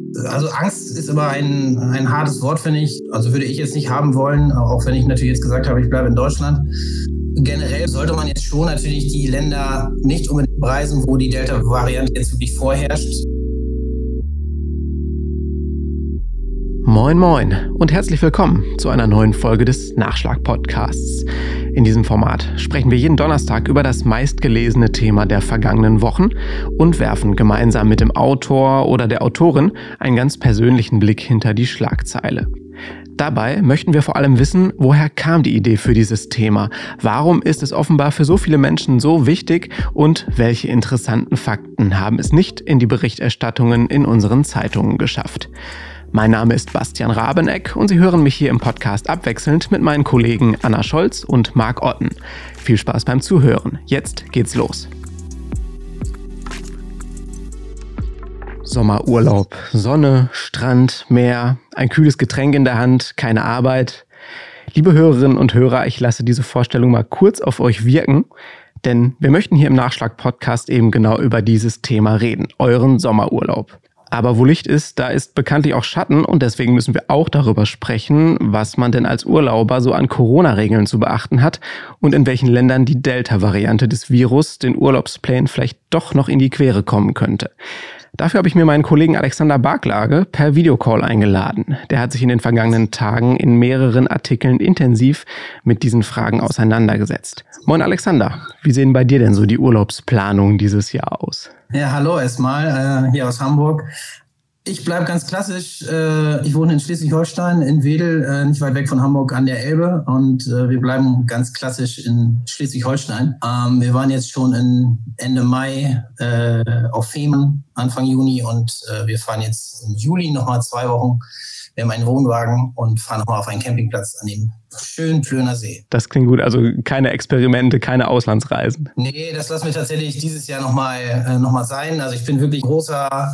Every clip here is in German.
Also Angst ist immer ein hartes Wort, finde ich. Also würde ich jetzt nicht haben wollen, auch wenn ich natürlich jetzt gesagt habe, ich bleibe in Deutschland. Generell sollte man jetzt schon natürlich die Länder nicht unbedingt bereisen, wo die Delta-Variante jetzt wirklich vorherrscht. Moin Moin und herzlich willkommen zu einer neuen Folge des Nachschlag-Podcasts. In diesem Format sprechen wir jeden Donnerstag über das meistgelesene Thema der vergangenen Wochen und werfen gemeinsam mit dem Autor oder der Autorin einen ganz persönlichen Blick hinter die Schlagzeile. Dabei möchten wir vor allem wissen, woher kam die Idee für dieses Thema? Warum ist es offenbar für so viele Menschen so wichtig? Und welche interessanten Fakten haben es nicht in die Berichterstattungen in unseren Zeitungen geschafft? Mein Name ist Bastian Rabeneck und Sie hören mich hier im Podcast abwechselnd mit meinen Kollegen Anna Scholz und Marc Otten. Viel Spaß beim Zuhören. Jetzt geht's los. Sommerurlaub, Sonne, Strand, Meer, ein kühles Getränk in der Hand, keine Arbeit. Liebe Hörerinnen und Hörer, ich lasse diese Vorstellung mal kurz auf euch wirken, denn wir möchten hier im Nachschlag-Podcast eben genau über dieses Thema reden, euren Sommerurlaub. Aber wo Licht ist, da ist bekanntlich auch Schatten und deswegen müssen wir auch darüber sprechen, was man denn als Urlauber so an Corona-Regeln zu beachten hat und in welchen Ländern die Delta-Variante des Virus den Urlaubsplänen vielleicht doch noch in die Quere kommen könnte. Dafür habe ich mir meinen Kollegen Alexander Barklage per Videocall eingeladen. Der hat sich in den vergangenen Tagen in mehreren Artikeln intensiv mit diesen Fragen auseinandergesetzt. Moin Alexander, wie sehen bei dir denn so die Urlaubsplanungen dieses Jahr aus? Ja, hallo erstmal, hier aus Hamburg. Ich bleibe ganz klassisch, ich wohne in Schleswig-Holstein, in Wedel, nicht weit weg von Hamburg an der Elbe und wir bleiben ganz klassisch in Schleswig-Holstein. Wir waren jetzt schon Ende Mai auf Fehmarn, Anfang Juni und wir fahren jetzt im Juli nochmal 2 Wochen. Wir haben einen Wohnwagen und fahren nochmal auf einen Campingplatz an dem schönen Plöner See. Das klingt gut, also keine Experimente, keine Auslandsreisen. Nee, das lassen wir tatsächlich dieses Jahr noch mal sein. Also ich bin wirklich großer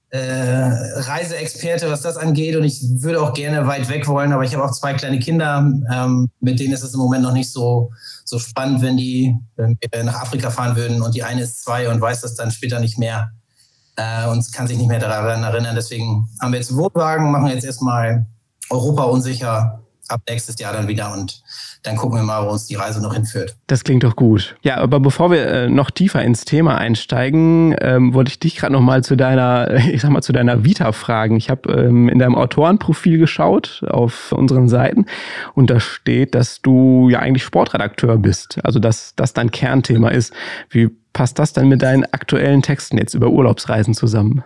Reiseexperte, was das angeht und ich würde auch gerne weit weg wollen, aber ich habe auch 2 kleine Kinder, mit denen ist es im Moment noch nicht so spannend, wenn wir nach Afrika fahren würden und die eine ist 2 und weiß das dann später nicht mehr und kann sich nicht mehr daran erinnern. Deswegen haben wir jetzt einen Wohnwagen, machen jetzt erstmal Europa unsicher, ab nächstes Jahr dann wieder und dann gucken wir mal, wo uns die Reise noch hinführt. Das klingt doch gut. Ja, aber bevor wir noch tiefer ins Thema einsteigen, wollte ich dich gerade noch mal zu deiner Vita fragen. Ich habe in deinem Autorenprofil geschaut auf unseren Seiten und da steht, dass du ja eigentlich Sportredakteur bist, also dass das dein Kernthema ist. Wie passt das denn mit deinen aktuellen Texten jetzt über Urlaubsreisen zusammen?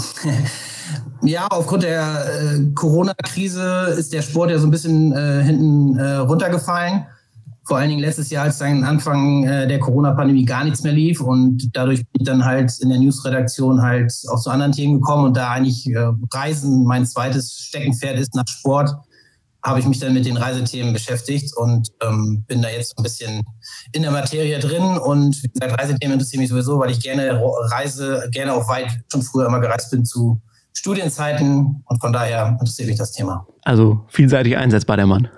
Ja, aufgrund der Corona-Krise ist der Sport ja so ein bisschen hinten runtergefallen. Vor allen Dingen letztes Jahr, als dann Anfang der Corona-Pandemie gar nichts mehr lief und dadurch bin ich dann halt in der Newsredaktion halt auch zu anderen Themen gekommen und da eigentlich Reisen mein zweites Steckenpferd ist nach Sport, habe ich mich dann mit den Reisethemen beschäftigt und bin da jetzt so ein bisschen in der Materie drin. Und wie gesagt, Reisethemen interessieren mich sowieso, weil ich gerne reise, gerne auch weit schon früher immer gereist bin zu Studienzeiten. Und von daher interessiert mich das Thema. Also vielseitig einsetzbar, der Mann.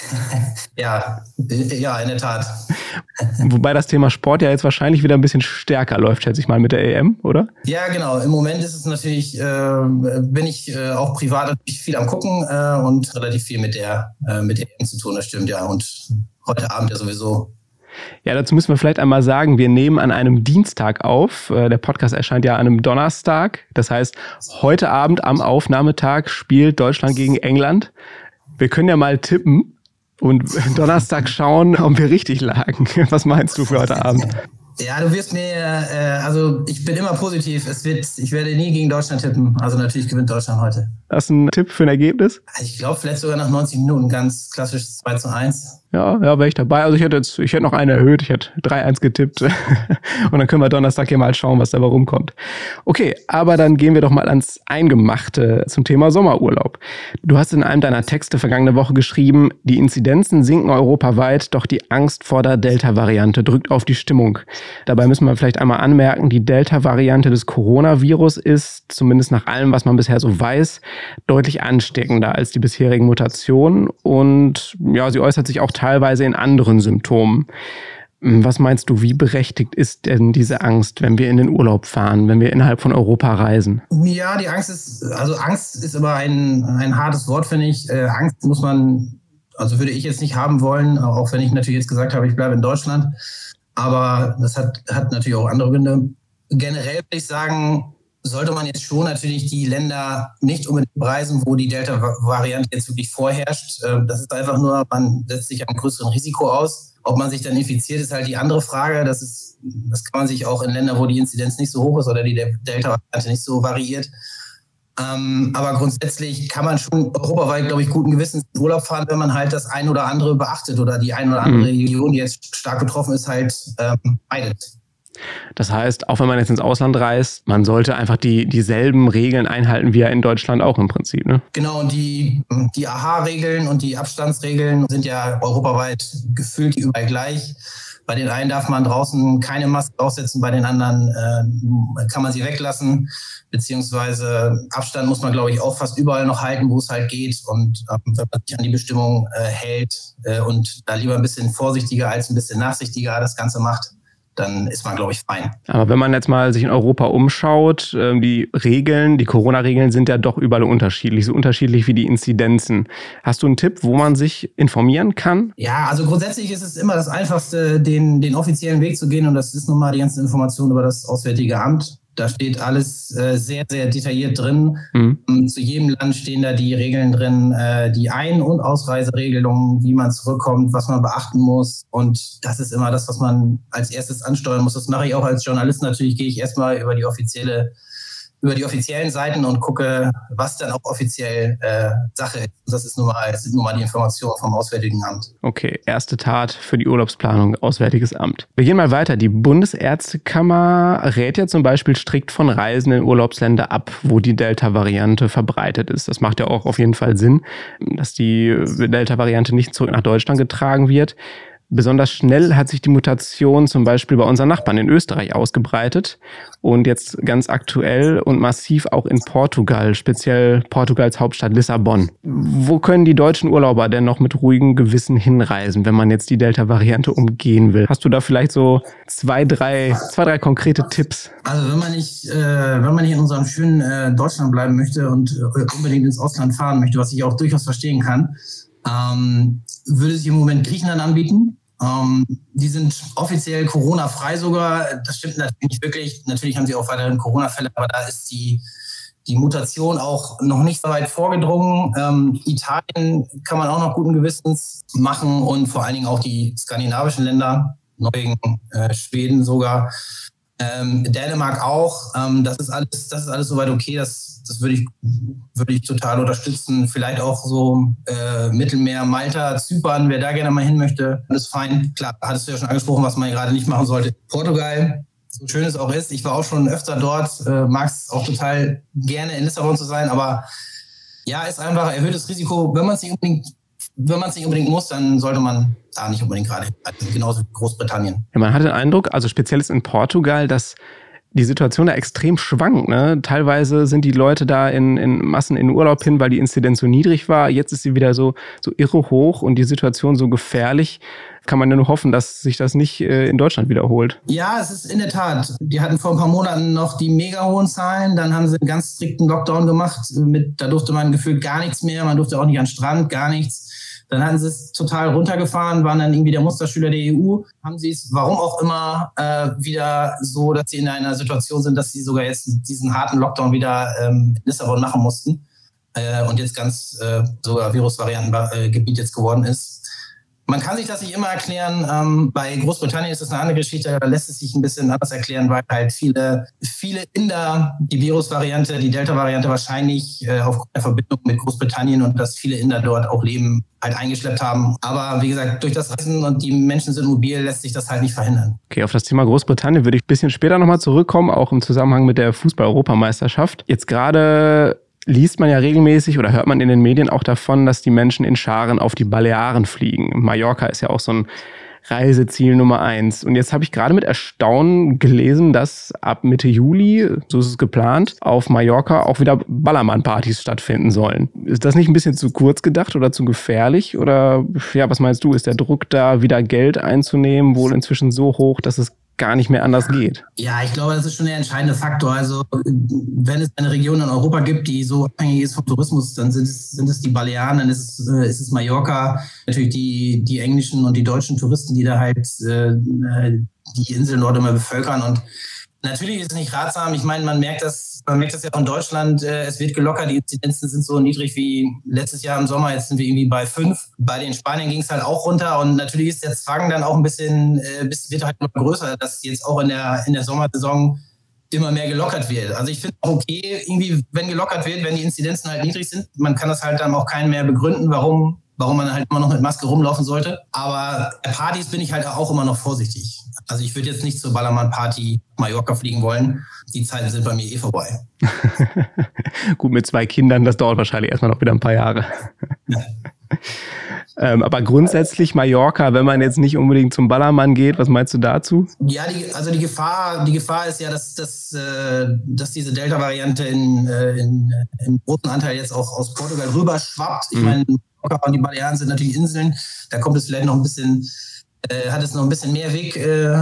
Ja, in der Tat. Wobei das Thema Sport ja jetzt wahrscheinlich wieder ein bisschen stärker läuft, schätze ich mal, mit der EM, oder? Ja, genau. Im Moment ist es natürlich, bin ich auch privat natürlich viel am Gucken und relativ viel mit der EM zu tun, das stimmt, ja. Und heute Abend ja sowieso. Ja, dazu müssen wir vielleicht einmal sagen, wir nehmen an einem Dienstag auf. Der Podcast erscheint ja an einem Donnerstag. Das heißt, heute Abend am Aufnahmetag spielt Deutschland gegen England. Wir können ja mal tippen und Donnerstag schauen, ob wir richtig lagen. Was meinst du für heute Abend? Ja, du wirst mir, also ich bin immer positiv. Ich werde nie gegen Deutschland tippen. Also natürlich gewinnt Deutschland heute. Hast du einen Tipp für ein Ergebnis? Ich glaube, vielleicht sogar nach 90 Minuten ganz klassisch 2:1. Ja, wäre ich dabei. Also ich hätte noch einen erhöht. Ich hätte 3:1 getippt. Und dann können wir Donnerstag hier mal schauen, was dabei rumkommt. Okay, aber dann gehen wir doch mal ans Eingemachte zum Thema Sommerurlaub. Du hast in einem deiner Texte vergangene Woche geschrieben, die Inzidenzen sinken europaweit, doch die Angst vor der Delta-Variante drückt auf die Stimmung. Dabei müssen wir vielleicht einmal anmerken, die Delta-Variante des Coronavirus ist, zumindest nach allem, was man bisher so weiß, deutlich ansteckender als die bisherigen Mutationen und ja, sie äußert sich auch teilweise in anderen Symptomen. Was meinst du, wie berechtigt ist denn diese Angst, wenn wir in den Urlaub fahren, wenn wir innerhalb von Europa reisen? Ja, die Angst ist immer ein hartes Wort, finde ich. Angst muss man, also würde ich jetzt nicht haben wollen, auch wenn ich natürlich jetzt gesagt habe, ich bleibe in Deutschland. Aber das hat natürlich auch andere Gründe. Generell würde ich sagen, sollte man jetzt schon natürlich die Länder nicht unbedingt reisen, wo die Delta-Variante jetzt wirklich vorherrscht. Das ist einfach nur, man setzt sich einem größeren Risiko aus. Ob man sich dann infiziert, ist halt die andere Frage. Das kann man sich auch in Ländern, wo die Inzidenz nicht so hoch ist oder die Delta-Variante nicht so variiert. Aber grundsätzlich kann man schon europaweit, glaube ich, guten Gewissens in Urlaub fahren, wenn man halt das ein oder andere beachtet oder die ein oder andere Region, die jetzt stark betroffen ist, halt meidet. Das heißt, auch wenn man jetzt ins Ausland reist, man sollte einfach dieselben Regeln einhalten wie ja in Deutschland auch im Prinzip, ne? Genau, und die AHA-Regeln und die Abstandsregeln sind ja europaweit gefühlt überall gleich. Bei den einen darf man draußen keine Maske aufsetzen, bei den anderen kann man sie weglassen. Beziehungsweise Abstand muss man, glaube ich, auch fast überall noch halten, wo es halt geht. Und wenn man sich an die Bestimmung hält und da lieber ein bisschen vorsichtiger als ein bisschen nachsichtiger das Ganze macht, dann ist man, glaube ich, fein. Aber wenn man jetzt mal sich in Europa umschaut, die Corona-Regeln sind ja doch überall unterschiedlich, so unterschiedlich wie die Inzidenzen. Hast du einen Tipp, wo man sich informieren kann? Ja, also grundsätzlich ist es immer das Einfachste, den offiziellen Weg zu gehen und das ist nun mal die ganzen Informationen über das Auswärtige Amt. Da steht alles sehr, sehr detailliert drin. Zu jedem Land stehen da die Regeln drin, die Ein- und Ausreiseregelungen, wie man zurückkommt, was man beachten muss. Und das ist immer das, was man als erstes ansteuern muss. Das mache ich auch als Journalist. Natürlich gehe ich erstmal über die offiziellen Seiten und gucke, was dann auch offiziell Sache ist. Das sind nun mal die Informationen vom Auswärtigen Amt. Okay, erste Tat für die Urlaubsplanung, Auswärtiges Amt. Wir gehen mal weiter. Die Bundesärztekammer rät ja zum Beispiel strikt von Reisen in Urlaubsländer ab, wo die Delta-Variante verbreitet ist. Das macht ja auch auf jeden Fall Sinn, dass die Delta-Variante nicht zurück nach Deutschland getragen wird. Besonders schnell hat sich die Mutation zum Beispiel bei unseren Nachbarn in Österreich ausgebreitet und jetzt ganz aktuell und massiv auch in Portugal, speziell Portugals Hauptstadt Lissabon. Wo können die deutschen Urlauber denn noch mit ruhigem Gewissen hinreisen, wenn man jetzt die Delta-Variante umgehen will? Hast du da vielleicht so zwei, drei konkrete Tipps? Also wenn man nicht in unserem schönen Deutschland bleiben möchte und unbedingt ins Ausland fahren möchte, was ich auch durchaus verstehen kann, würde sich im Moment Griechenland anbieten. Die sind offiziell Corona-frei sogar. Das stimmt natürlich nicht wirklich. Natürlich haben sie auch weiterhin Corona-Fälle, aber da ist die Mutation auch noch nicht so weit vorgedrungen. Italien kann man auch noch guten Gewissens machen und vor allen Dingen auch die skandinavischen Länder, Norwegen, Schweden sogar. Dänemark auch. Das ist alles soweit okay. Das würde ich total unterstützen. Vielleicht auch so Mittelmeer, Malta, Zypern, wer da gerne mal hin möchte, alles fein. Klar, hattest du ja schon angesprochen, was man gerade nicht machen sollte. Portugal, so schön es auch ist. Ich war auch schon öfter dort, mag es auch total gerne in Lissabon zu sein, aber ja, ist einfach ein erhöhtes Risiko. Wenn man es nicht unbedingt muss, dann sollte man da nicht unbedingt gerade hin. Genauso wie Großbritannien. Ja, man hat den Eindruck, also speziell ist in Portugal, dass die Situation da extrem schwankt, ne? Teilweise sind die Leute da in Massen in Urlaub hin, weil die Inzidenz so niedrig war. Jetzt ist sie wieder so irre hoch und die Situation so gefährlich. Kann man ja nur hoffen, dass sich das nicht in Deutschland wiederholt. Ja, es ist in der Tat. Die hatten vor ein paar Monaten noch die mega hohen Zahlen. Dann haben sie einen ganz strikten Lockdown gemacht. Da durfte man gefühlt gar nichts mehr. Man durfte auch nicht an den Strand, gar nichts. Dann hatten sie es total runtergefahren, waren dann irgendwie der Musterschüler der EU. Haben sie es, warum auch immer, wieder so, dass sie in einer Situation sind, dass sie sogar jetzt diesen harten Lockdown wieder in Lissabon machen mussten. Und jetzt ganz sogar Virusvariantengebiet jetzt geworden ist. Man kann sich das nicht immer erklären. Bei Großbritannien ist das eine andere Geschichte. Da lässt es sich ein bisschen anders erklären, weil halt viele Inder die Virusvariante, die Delta-Variante wahrscheinlich aufgrund der Verbindung mit Großbritannien und dass viele Inder dort auch leben, halt eingeschleppt haben. Aber wie gesagt, durch das Reisen und die Menschen sind mobil, lässt sich das halt nicht verhindern. Okay, auf das Thema Großbritannien würde ich ein bisschen später nochmal zurückkommen, auch im Zusammenhang mit der Fußball-Europameisterschaft. Jetzt gerade liest man ja regelmäßig oder hört man in den Medien auch davon, dass die Menschen in Scharen auf die Balearen fliegen. Mallorca ist ja auch so ein Reiseziel Nummer 1. Und jetzt habe ich gerade mit Erstaunen gelesen, dass ab Mitte Juli, so ist es geplant, auf Mallorca auch wieder Ballermann-Partys stattfinden sollen. Ist das nicht ein bisschen zu kurz gedacht oder zu gefährlich? Oder ja, was meinst du, ist der Druck da, wieder Geld einzunehmen, wohl inzwischen so hoch, dass es gar nicht mehr anders geht? Ja, ich glaube, das ist schon der entscheidende Faktor. Also wenn es eine Region in Europa gibt, die so abhängig ist vom Tourismus, dann sind es die Balearen, dann ist es Mallorca, natürlich die englischen und die deutschen Touristen, die da halt die Inseln dort immer bevölkern. Und natürlich ist es nicht ratsam. Ich meine, man merkt das ja auch in Deutschland. Es wird gelockert. Die Inzidenzen sind so niedrig wie letztes Jahr im Sommer. Jetzt sind wir irgendwie bei 5. Bei den Spaniern ging es halt auch runter. Und natürlich ist der Zwang dann auch ein bisschen, wird halt noch größer, dass jetzt auch in der Sommersaison immer mehr gelockert wird. Also ich finde auch okay, irgendwie, wenn gelockert wird, wenn die Inzidenzen halt niedrig sind, man kann das halt dann auch keinen mehr begründen, warum man halt immer noch mit Maske rumlaufen sollte. Aber bei Partys bin ich halt auch immer noch vorsichtig. Also ich würde jetzt nicht zur Ballermann-Party Mallorca fliegen wollen. Die Zeiten sind bei mir vorbei. Gut, mit 2 Kindern, das dauert wahrscheinlich erstmal noch wieder ein paar Jahre. Ja. Aber grundsätzlich Mallorca, wenn man jetzt nicht unbedingt zum Ballermann geht, was meinst du dazu? Ja, die Gefahr ist ja, dass diese Delta-Variante im großen Anteil jetzt auch aus Portugal rüber schwappt. Ich meine, Mallorca und die Balearen sind natürlich Inseln. Da kommt es vielleicht noch ein bisschen, hat es noch ein bisschen mehr Weg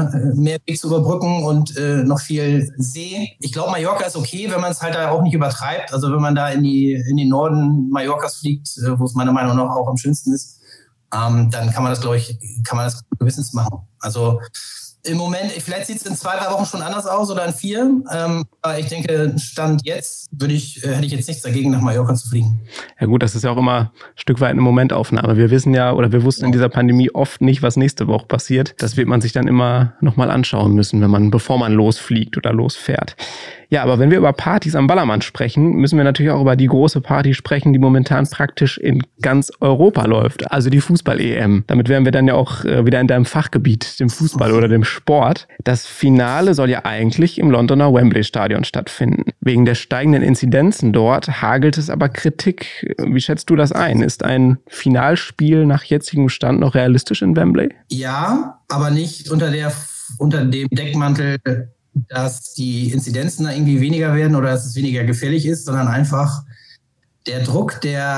zu überbrücken und noch viel See. Ich glaube, Mallorca ist okay, wenn man es halt da auch nicht übertreibt. Also wenn man da in den Norden Mallorcas fliegt, wo es meiner Meinung nach auch am schönsten ist, dann kann man das, glaube ich, gewissens machen. Also im Moment, vielleicht sieht es in 2-3 Wochen schon anders aus oder in 4. Aber ich denke, Stand jetzt hätte ich jetzt nichts dagegen, nach Mallorca zu fliegen. Ja gut, das ist ja auch immer ein Stück weit eine Momentaufnahme. Wir wissen ja, oder wir wussten in dieser Pandemie oft nicht, was nächste Woche passiert. Das wird man sich dann immer nochmal anschauen müssen, bevor man losfliegt oder losfährt. Ja, aber wenn wir über Partys am Ballermann sprechen, müssen wir natürlich auch über die große Party sprechen, die momentan praktisch in ganz Europa läuft, also die Fußball-EM. Damit wären wir dann ja auch wieder in deinem Fachgebiet, dem Fußball oder dem Sport. Das Finale soll ja eigentlich im Londoner Wembley-Stadion stattfinden. Wegen der steigenden Inzidenzen dort hagelt es aber Kritik. Wie schätzt du das ein? Ist ein Finalspiel nach jetzigem Stand noch realistisch in Wembley? Ja, aber nicht unter dem Deckmantel, dass die Inzidenzen da irgendwie weniger werden oder dass es weniger gefährlich ist, sondern einfach der Druck der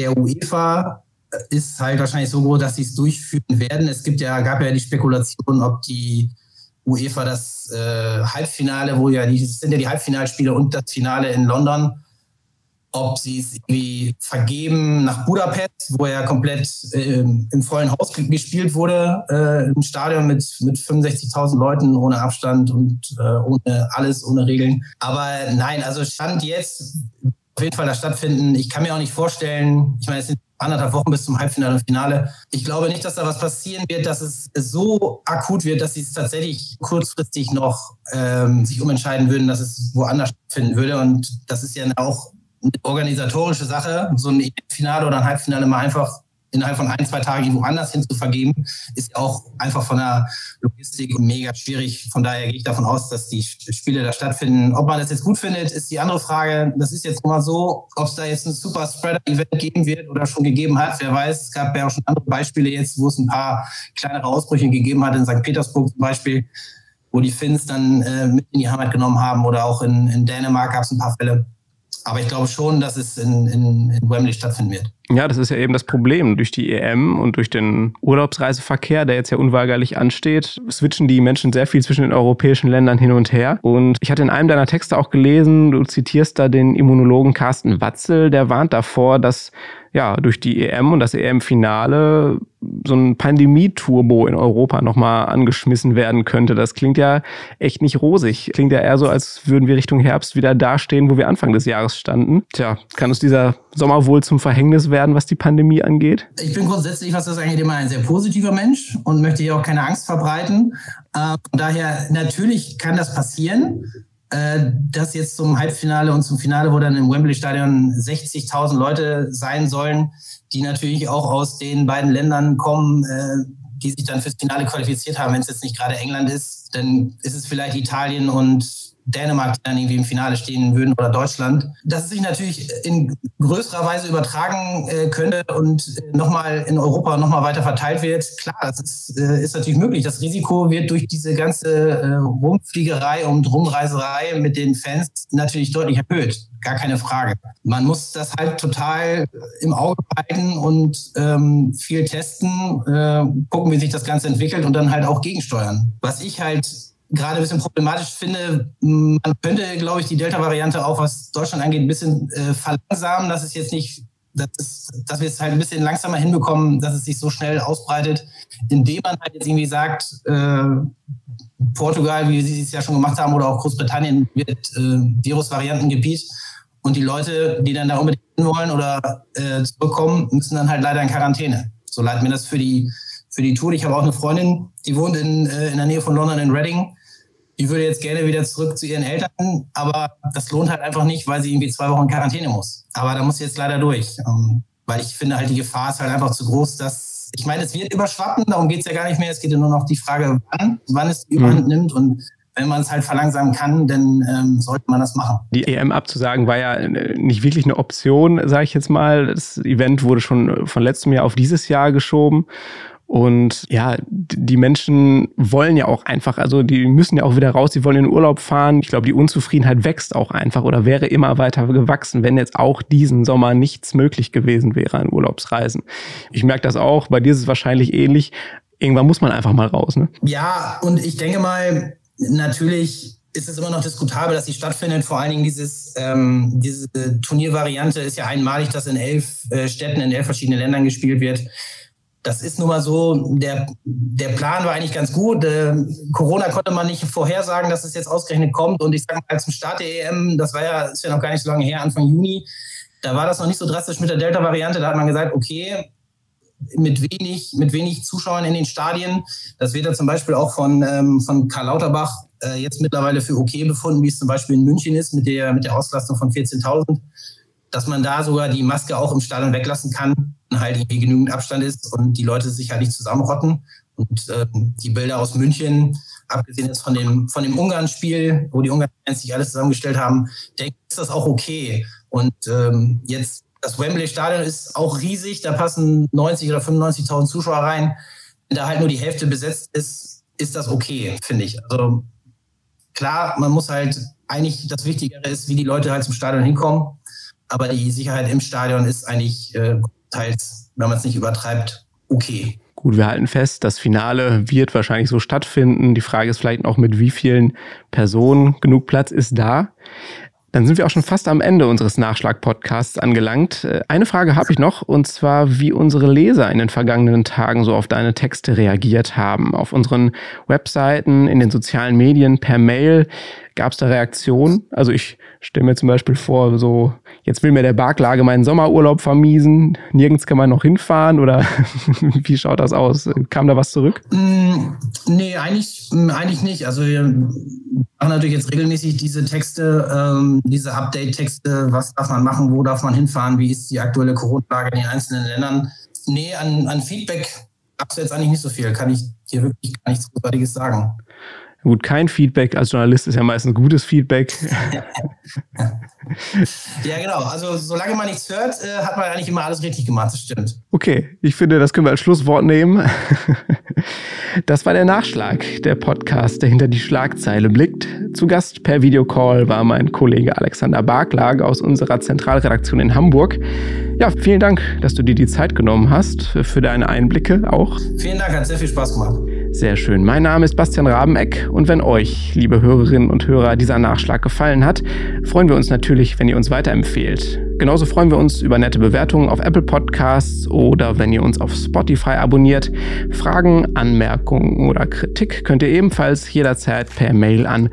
UEFA ist halt wahrscheinlich so groß, dass sie es durchführen werden. Gab ja die Spekulation, ob die UEFA das Halbfinale, es sind ja die Halbfinalspiele und das Finale in London, ob sie es irgendwie vergeben nach Budapest, wo ja komplett im vollen Haus gespielt wurde, im Stadion mit 65.000 Leuten ohne Abstand und ohne alles, ohne Regeln. Aber nein, also Stand jetzt auf jeden Fall da stattfinden. Ich kann mir auch nicht vorstellen, ich meine, es sind 1,5 Wochen bis zum Halbfinale und Finale. Ich glaube nicht, dass da was passieren wird, dass es so akut wird, dass sie es tatsächlich kurzfristig noch sich umentscheiden würden, dass es woanders stattfinden würde. Und das ist ja auch eine organisatorische Sache, so ein Finale oder ein Halbfinale mal einfach innerhalb von 1-2 Tagen irgendwo anders hin zu vergeben, ist ja auch einfach von der Logistik mega schwierig. Von daher gehe ich davon aus, dass die Spiele da stattfinden. Ob man das jetzt gut findet, ist die andere Frage. Das ist jetzt mal so, ob es da jetzt ein Super-Spreader-Event geben wird oder schon gegeben hat. Wer weiß, es gab ja auch schon andere Beispiele jetzt, wo es ein paar kleinere Ausbrüche gegeben hat, in St. Petersburg zum Beispiel, wo die Finns dann mit in die Heimat genommen haben, oder auch in Dänemark gab es ein paar Fälle. Aber ich glaube schon, dass es in Wembley stattfinden wird. Ja, das ist ja eben das Problem. Durch die EM und durch den Urlaubsreiseverkehr, der jetzt ja unweigerlich ansteht, switchen die Menschen sehr viel zwischen den europäischen Ländern hin und her. Und ich hatte in einem deiner Texte auch gelesen, du zitierst da den Immunologen Carsten Watzel, der warnt davor, dass ja durch die EM und das EM-Finale so ein Pandemie-Turbo in Europa nochmal angeschmissen werden könnte. Das klingt ja echt nicht rosig. Klingt ja eher so, als würden wir Richtung Herbst wieder dastehen, wo wir Anfang des Jahres standen. Tja, kann uns dieser Sommer wohl zum Verhängnis werden, was die Pandemie angeht? Ich bin grundsätzlich, was das angeht, immer ein sehr positiver Mensch und möchte hier auch keine Angst verbreiten. Von daher, natürlich kann das passieren, dass jetzt zum Halbfinale und zum Finale, wo dann im Wembley-Stadion 60.000 Leute sein sollen, die natürlich auch aus den beiden Ländern kommen, die sich dann fürs Finale qualifiziert haben. Wenn es jetzt nicht gerade England ist, dann ist es vielleicht Italien und Dänemark, die dann irgendwie im Finale stehen würden, oder Deutschland, dass es sich natürlich in größerer Weise übertragen könnte und nochmal in Europa nochmal weiter verteilt wird. Klar, das ist natürlich möglich. Das Risiko wird durch diese ganze Rumfliegerei und Rumreiserei mit den Fans natürlich deutlich erhöht. Gar keine Frage. Man muss das halt total im Auge behalten und viel testen, gucken, wie sich das Ganze entwickelt und dann halt auch gegensteuern. Was ich halt gerade ein bisschen problematisch finde, man könnte, glaube ich, die Delta-Variante auch, was Deutschland angeht, ein bisschen verlangsamen. Das ist jetzt nicht, dass wir es halt ein bisschen langsamer hinbekommen, dass es sich so schnell ausbreitet, indem man halt jetzt irgendwie sagt, Portugal, wie sie es ja schon gemacht haben, oder auch Großbritannien wird Virusvariantengebiet. Und die Leute, die dann da unbedingt hin wollen oder zurückkommen, müssen dann halt leider in Quarantäne. So leid mir das für die Tour. Ich habe auch eine Freundin, die wohnt in der Nähe von London in Reading. Die würde jetzt gerne wieder zurück zu ihren Eltern, aber das lohnt halt einfach nicht, weil sie irgendwie 2 Wochen in Quarantäne muss. Aber da muss sie jetzt leider durch, weil ich finde halt, die Gefahr ist halt einfach zu groß, dass, ich meine, es wird überschwappen, darum geht es ja gar nicht mehr. Es geht ja nur noch die Frage, wann es die Überhand nimmt, und wenn man es halt verlangsamen kann, dann sollte man das machen. Die EM abzusagen war ja nicht wirklich eine Option, sage ich jetzt mal. Das Event wurde schon von letztem Jahr auf dieses Jahr geschoben. Und ja, die Menschen wollen ja auch einfach, also die müssen ja auch wieder raus, die wollen in den Urlaub fahren. Ich glaube, die Unzufriedenheit wächst auch einfach oder wäre immer weiter gewachsen, wenn jetzt auch diesen Sommer nichts möglich gewesen wäre an Urlaubsreisen. Ich merke das auch, bei dir ist es wahrscheinlich ähnlich. Irgendwann muss man einfach mal raus, ne? Ja, und ich denke mal, natürlich ist es immer noch diskutabel, dass sie stattfindet. Vor allen Dingen diese Turniervariante ist ja einmalig, dass in 11 Städten, in 11 verschiedenen Ländern gespielt wird. Das ist nun mal so, der Plan war eigentlich ganz gut. Corona konnte man nicht vorhersagen, dass es jetzt ausgerechnet kommt. Und ich sage mal, zum Start der EM, ist ja noch gar nicht so lange her, Anfang Juni, da war das noch nicht so drastisch mit der Delta-Variante. Da hat man gesagt, okay, mit wenig Zuschauern in den Stadien. Das wird ja zum Beispiel auch von Karl Lauterbach jetzt mittlerweile für okay befunden, wie es zum Beispiel in München ist, mit der Auslastung von 14.000. Dass man da sogar die Maske auch im Stadion weglassen kann, wenn halt irgendwie genügend Abstand ist und die Leute sich halt nicht zusammenrotten. Und die Bilder aus München, abgesehen jetzt von dem Ungarn-Spiel, wo die Ungarn-Fans sich alles zusammengestellt haben, denke ich, ist das auch okay. Und jetzt, das Wembley-Stadion ist auch riesig, da passen 90.000 oder 95.000 Zuschauer rein. Wenn da halt nur die Hälfte besetzt ist, ist das okay, finde ich. Also klar, man muss halt, eigentlich das Wichtigere ist, wie die Leute halt zum Stadion hinkommen. Aber die Sicherheit im Stadion ist eigentlich teils, wenn man es nicht übertreibt, okay. Gut, wir halten fest, das Finale wird wahrscheinlich so stattfinden. Die Frage ist vielleicht auch, mit wie vielen Personen. Genug Platz ist da. Dann sind wir auch schon fast am Ende unseres Nachschlag-Podcasts angelangt. Eine Frage habe ich noch, und zwar, wie unsere Leser in den vergangenen Tagen so auf deine Texte reagiert haben. Auf unseren Webseiten, in den sozialen Medien, per Mail. Gab es da Reaktionen? Also ich stelle mir zum Beispiel vor, so, jetzt will mir der Barklage meinen Sommerurlaub vermiesen, nirgends kann man noch hinfahren, oder wie schaut das aus? Kam da was zurück? Nee, eigentlich nicht. Also wir machen natürlich jetzt regelmäßig diese Texte, diese Update-Texte, was darf man machen, wo darf man hinfahren, wie ist die aktuelle Corona-Lage in den einzelnen Ländern. Nee, an Feedback gab es jetzt eigentlich nicht so viel, kann ich hier wirklich gar nichts Großartiges sagen. Gut, kein Feedback als Journalist ist ja meistens gutes Feedback. Ja, genau. Also solange man nichts hört, hat man eigentlich immer alles richtig gemacht, das stimmt. Okay, ich finde, das können wir als Schlusswort nehmen. Das war der Nachschlag, der Podcast, der hinter die Schlagzeile blickt. Zu Gast per Videocall war mein Kollege Alexander Barklage aus unserer Zentralredaktion in Hamburg. Ja, vielen Dank, dass du dir die Zeit genommen hast, für deine Einblicke auch. Vielen Dank, hat sehr viel Spaß gemacht. Sehr schön. Mein Name ist Bastian Rabeneck, und wenn euch, liebe Hörerinnen und Hörer, dieser Nachschlag gefallen hat, freuen wir uns natürlich, wenn ihr uns weiterempfehlt. Genauso freuen wir uns über nette Bewertungen auf Apple Podcasts oder wenn ihr uns auf Spotify abonniert. Fragen, Anmerkungen oder Kritik könnt ihr ebenfalls jederzeit per Mail an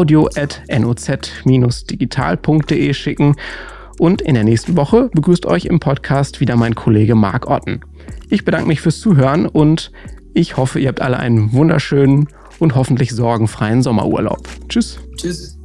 audio@noz-digital.de schicken. Und in der nächsten Woche begrüßt euch im Podcast wieder mein Kollege Marc Otten. Ich bedanke mich fürs Zuhören und ich hoffe, ihr habt alle einen wunderschönen und hoffentlich sorgenfreien Sommerurlaub. Tschüss. Tschüss.